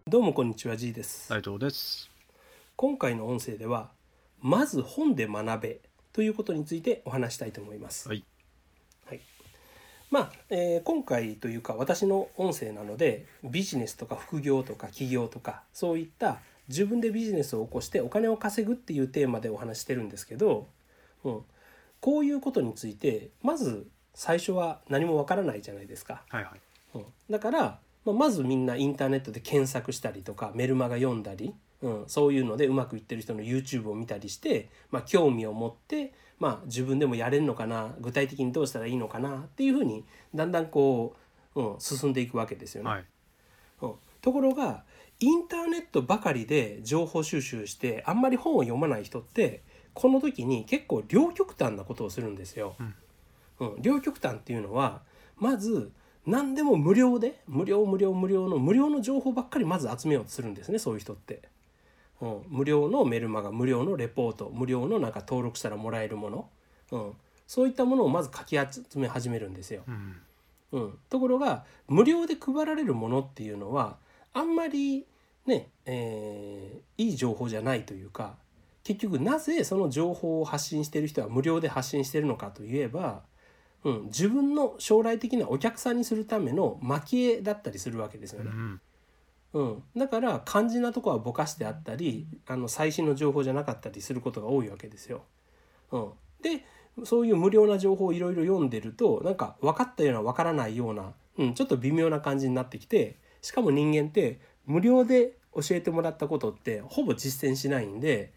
どうもこんにちは、G です。 斉藤です。 今回の音声ではまず本で学べということについてお話したいと思います。 はい。 はい。今回というか私の音声なのでビジネスとか副業とか起業とかそういった自分でビジネスを起こしてお金を稼ぐっていうテーマでお話してるんですけど、こういうことについてまず最初は何もわからないじゃないですか。 はいはい。 だからまずみんなインターネットで検索したりとかメルマガ読んだり、そういうのでうまくいってる人の YouTube を見たりして、興味を持って、自分でもやれるのかな、具体的にどうしたらいいのかなっていうふうにだんだん進んでいくわけですよね。 はい。 ところがインターネットばかりで情報収集してあんまり本を読まない人ってこの時に結構両極端なことをするんですよ。両極端っていうのはまず何でも無料で無料の情報ばっかりまず集めようとするんですね、そういう人って。無料のメルマガ、無料のレポート、無料の登録したらもらえるもの、そういったものをまずかき集め始めるんですよ。ところが無料で配られるものっていうのはあんまりね、いい情報じゃないというか、結局なぜその情報を発信している人は無料で発信しているのかといえば、自分の将来的なお客さんにするための蒔絵だったりするわけですよね。だから肝心なとこはぼかしてあったり最新の情報じゃなかったりすることが多いわけですよ。でそういう無料な情報をいろいろ読んでると分かったような分からないような、ちょっと微妙な感じになってきて、しかも人間って無料で教えてもらったことってほぼ実践しないんで、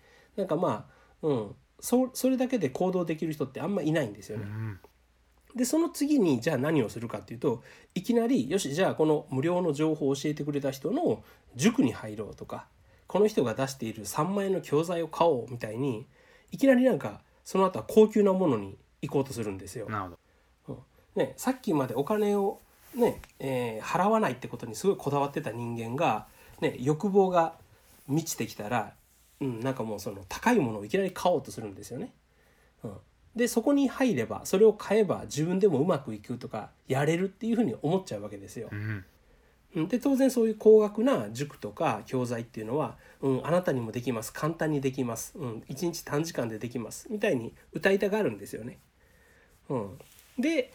それだけで行動できる人ってあんまいないんですよね。でその次にじゃあ何をするかっていうと、いきなりよしじゃあこの無料の情報を教えてくれた人の塾に入ろうとか、この人が出している3万円の教材を買おうみたいに、いきなりその後は高級なものに行こうとするんですよ。 なるほさっきまでお金を払わないってことにすごいこだわってた人間が、欲望が満ちてきたら、もうその高いものをいきなり買おうとするんですよね。でそこに入ればそれを買えば自分でもうまくいくとかやれるっていうふうに思っちゃうわけですよ。で当然そういう高額な塾とか教材っていうのは、あなたにもできます、簡単にできます、1日短時間でできますみたいに歌いたがるんですよね。で、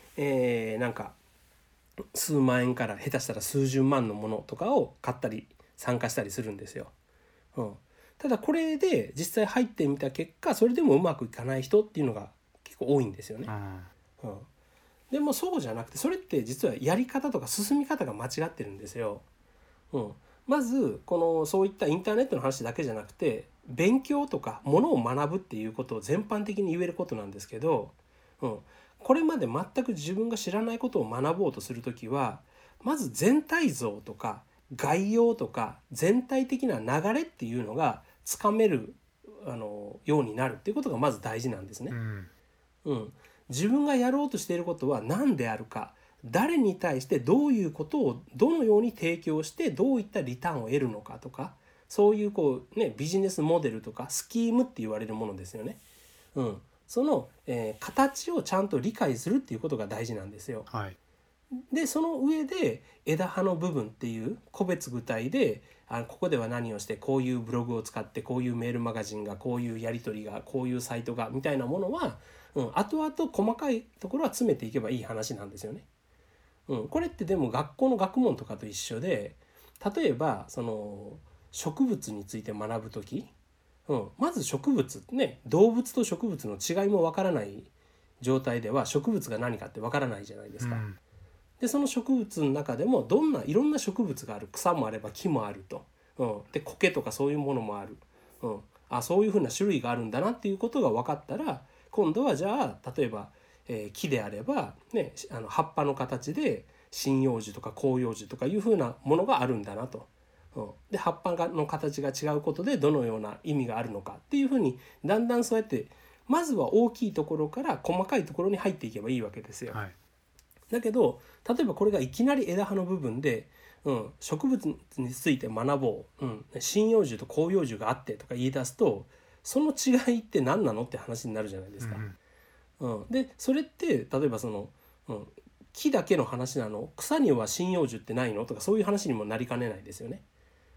数万円から下手したら数十万のものとかを買ったり参加したりするんですよ。ただこれで実際入ってみた結果それでもうまくいかない人っていうのが結構多いんですよね。でもそうじゃなくて、それって実はやり方とか進み方が間違ってるんですよ。まずそういったインターネットの話だけじゃなくて勉強とかものを学ぶっていうことを全般的に言えることなんですけど、これまで全く自分が知らないことを学ぼうとするときはまず全体像とか概要とか全体的な流れっていうのがつかめるようになるっていうことがまず大事なんですね。自分がやろうとしていることは何であるか、誰に対してどういうことをどのように提供してどういったリターンを得るのかとか、そういうビジネスモデルとかスキームって言われるものですよね。その、形をちゃんと理解するっていうことが大事なんですよ。でその上で枝葉の部分っていう個別具体でここでは何をしてこういうブログを使ってこういうメールマガジンがこういうやり取りがこういうサイトがみたいなものは、後々細かいところは詰めていけばいい話なんですよね。これってでも学校の学問とかと一緒で、例えばその植物について学ぶとき、まず植物ね、動物と植物の違いもわからない状態では植物が何かってわからないじゃないですか。でその植物の中でもいろんな植物がある、草もあれば木もあると、で苔とかそういうものもある、そういうふうな種類があるんだなっていうことが分かったら、今度はじゃあ例えば、木であれば、葉っぱの形で針葉樹とか広葉樹とかいうふうなものがあるんだなと、で葉っぱの形が違うことでどのような意味があるのかっていうふうにだんだんそうやってまずは大きいところから細かいところに入っていけばいいわけですよ。だけど例えばこれがいきなり枝葉の部分で、植物について学ぼう、針葉樹と広葉樹があってとか言い出すと、その違いって何なのって話になるじゃないですか。でそれって例えば木だけの話なの、草には針葉樹ってないのとかそういう話にもなりかねないですよね。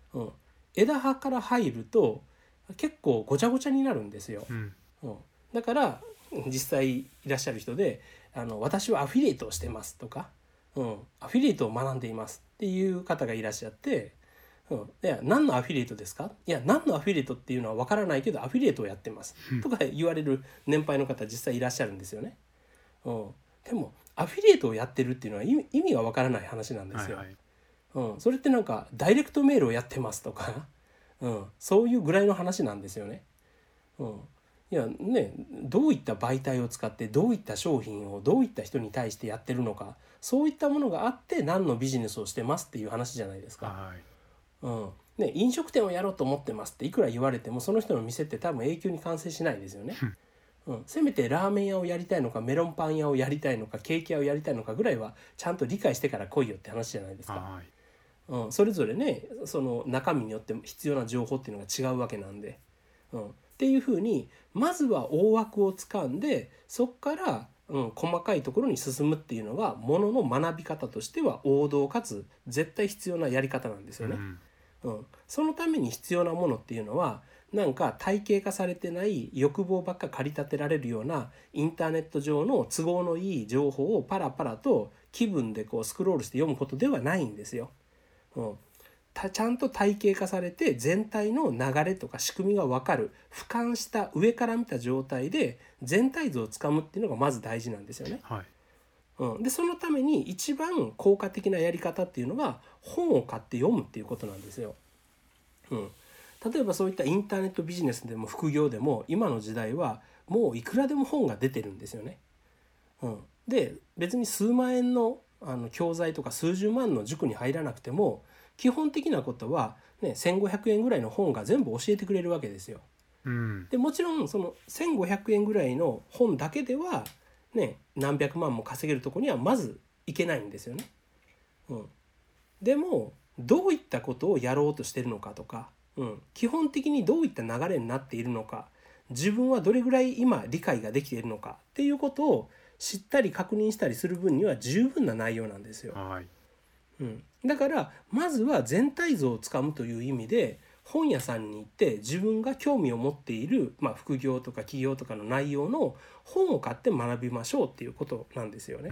枝葉から入ると結構ごちゃごちゃになるんですよ。だから実際いらっしゃる人で私はアフィリエイトをしてますとか、アフィリエイトを学んでいますっていう方がいらっしゃって、いや何のアフィリエイトですか、いや何のアフィリエイトっていうのは分からないけどアフィリエイトをやってますとか言われる年配の方実際いらっしゃるんですよね。でもアフィリエイトをやってるっていうのは意味が分からない話なんですよ。それってなんかダイレクトメールをやってますとか、そういうぐらいの話なんですよね。いやね、どういった媒体を使ってどういった商品をどういった人に対してやってるのか、そういったものがあって何のビジネスをしてますっていう話じゃないですか。飲食店をやろうと思ってますっていくら言われてもその人の店って多分永久に完成しないですよね。せめてラーメン屋をやりたいのかメロンパン屋をやりたいのかケーキ屋をやりたいのかぐらいはちゃんと理解してから来いよって話じゃないですか。それぞれねその中身によって必要な情報っていうのが違うわけなんで、っていうふうにまずは大枠をつかんでそこから、細かいところに進むっていうのがものの学び方としては王道かつ絶対必要なやり方なんですよね。そのために必要なものっていうのはなんか体系化されてない欲望ばっか駆り立てられるようなインターネット上の都合のいい情報をパラパラと気分でこうスクロールして読むことではないんですよ。ちゃんと体系化されて全体の流れとか仕組みが分かる俯瞰した上から見た状態で全体像をつかむっていうのがまず大事なんですよね。でそのために一番効果的なやり方っていうのが本を買って読むっていうことなんですよ。例えばそういったインターネットビジネスでも副業でも今の時代はもういくらでも本が出てるんですよね。で別に数万円の教材とか数十万の塾に入らなくても基本的なことは、1500円ぐらいの本が全部教えてくれるわけですよ。でもちろんその1500円ぐらいの本だけでは、何百万も稼げるところにはまずいけないんですよね。でもどういったことをやろうとしてるのかとか、基本的にどういった流れになっているのか、自分はどれぐらい今理解ができているのかっていうことを知ったり確認したりする分には十分な内容なんですよ。だからまずは全体像をつかむという意味で本屋さんに行って自分が興味を持っている、副業とか起業とかの内容の本を買って学びましょうっていうことなんですよね。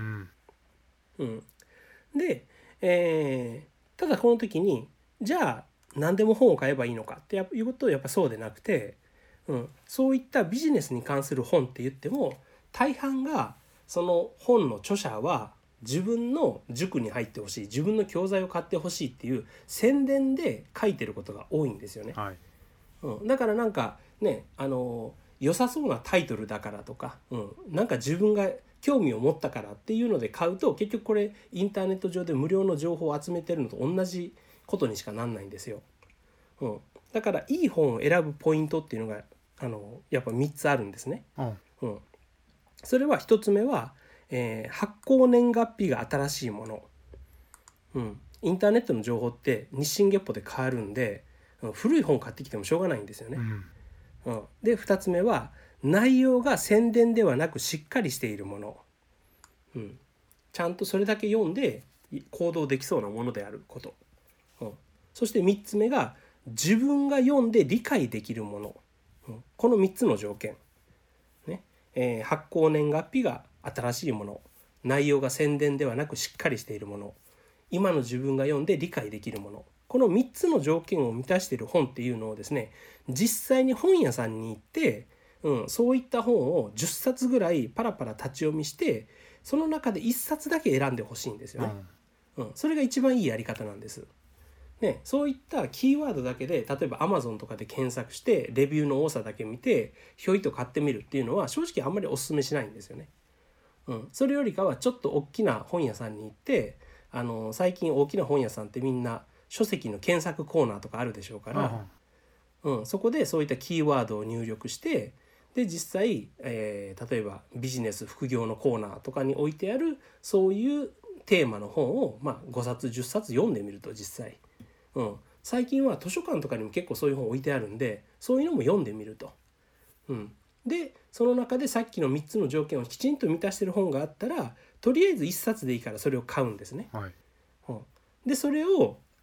で、ただこの時にじゃあ何でも本を買えばいいのかっていうことはやっぱそうでなくて、そういったビジネスに関する本って言っても大半がその本の著者は自分の塾に入ってほしい、自分の教材を買ってほしいっていう宣伝で書いてることが多いんですよね。だからなんかね良さそうなタイトルだからとか、なんか自分が興味を持ったからっていうので買うと結局これインターネット上で無料の情報を集めてるのと同じことにしかなんないんですよ。だからいい本を選ぶポイントっていうのがやっぱ3つあるんですね。それは1つ目は発行年月日が新しいもの、インターネットの情報って日進月歩で変わるんで、古い本買ってきてもしょうがないんですよね。で2つ目は内容が宣伝ではなくしっかりしているもの、ちゃんとそれだけ読んで行動できそうなものであること、そして3つ目が自分が読んで理解できるもの、この3つの条件、発行年月日が新しいもの、内容が宣伝ではなくしっかりしているもの、今の自分が読んで理解できるもの、この3つの条件を満たしている本っていうのをですね、実際に本屋さんに行って、そういった本を10冊ぐらいパラパラ立ち読みしてその中で1冊だけ選んでほしいんですよね。それが一番いいやり方なんです。そういったキーワードだけで例えば Amazon とかで検索してレビューの多さだけ見てひょいと買ってみるっていうのは正直あんまりお勧めしないんですよね。それよりかはちょっと大きな本屋さんに行って最近大きな本屋さんってみんな書籍の検索コーナーとかあるでしょうから、そこでそういったキーワードを入力してで実際、例えばビジネス副業のコーナーとかに置いてあるそういうテーマの本を、5冊10冊読んでみると実際、最近は図書館とかにも結構そういう本置いてあるんでそういうのも読んでみると、でその中でさっきの3つの条件をきちんと満たしてる本があったらとりあえず1冊でいいからそれを買うんですね。でそれを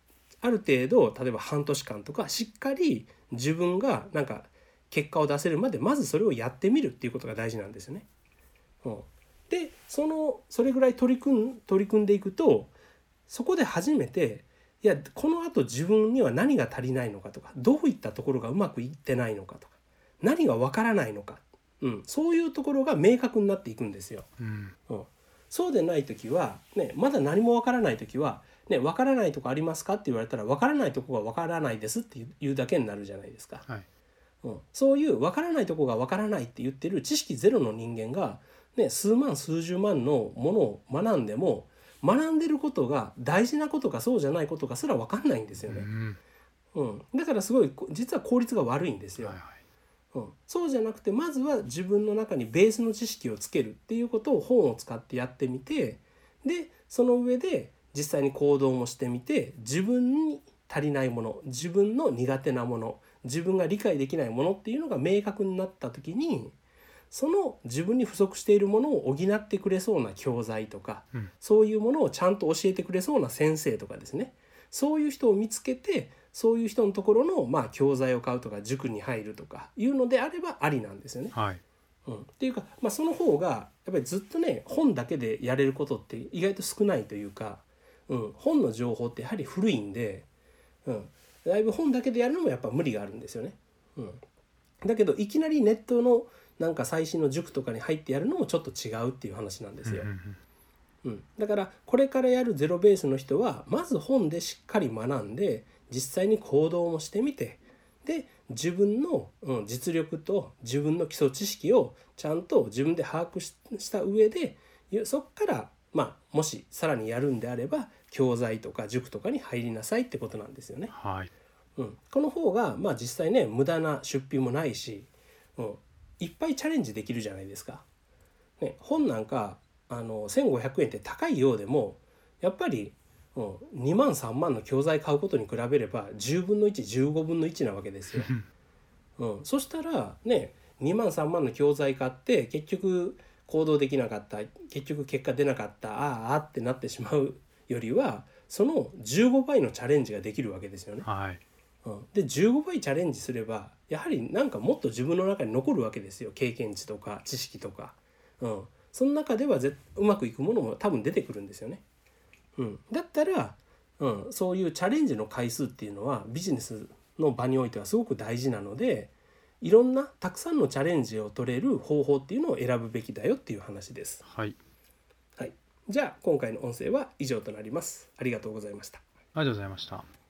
ある程度例えば半年間とかしっかり自分がなんか結果を出せるまでまずそれをやってみるっていうことが大事なんですよね。でそれぐらい取り組んでいくとそこで初めていやこのあと自分には何が足りないのかとかどういったところがうまくいってないのかとか何がわからないのか、そういうところが明確になっていくんですよ。そうでない時は、まだ何もわからない時は、わからないとこありますかって言われたらわからないとこがわからないですっていうだけになるじゃないですか。そういうわからないとこがわからないって言ってる知識ゼロの人間が、数万数十万のものを学んでも学んでることが大事なことかそうじゃないことかすら分かんないんですよね。だからすごい実は効率が悪いんですよ。そうじゃなくてまずは自分の中にベースの知識をつけるっていうことを本を使ってやってみて、でその上で実際に行動もしてみて自分に足りないもの自分の苦手なもの自分が理解できないものっていうのが明確になった時にその自分に不足しているものを補ってくれそうな教材とか、そういうものをちゃんと教えてくれそうな先生とかですね、そういう人を見つけてそういう人のところの教材を買うとか塾に入るとかいうのであればありなんですよね。っていうか、その方がやっぱりずっと本だけでやれることって意外と少ないというか、本の情報ってやはり古いんで、だいぶ本だけでやるのもやっぱ無理があるんですよね。だけどいきなりネットのなんか最新の塾とかに入ってやるのもちょっと違うっていう話なんですよ。だからこれからやるゼロベースの人はまず本でしっかり学んで実際に行動もしてみて、で自分の実力と自分の基礎知識をちゃんと自分で把握した上でそこからもしさらにやるんであれば教材とか塾とかに入りなさいってことなんですよね。この方が実際無駄な出費もないし、いっぱいチャレンジできるじゃないですか。本なんか1500円って高いようでもやっぱり2万3万の教材買うことに比べれば10分の115分の1なわけですよ。そしたら2万3万の教材買って結局行動できなかった結局結果出なかったってなってしまうよりはその15倍のチャレンジができるわけですよね。で15倍チャレンジすればやはりなんかもっと自分の中に残るわけですよ。経験値とか知識とか、その中ではうまくいくものも多分出てくるんですよね。だったら、そういうチャレンジの回数っていうのはビジネスの場においてはすごく大事なので、いろんなたくさんのチャレンジを取れる方法っていうのを選ぶべきだよっていう話です。じゃあ今回の音声は以上となります。ありがとうございました。 ありがとうございました。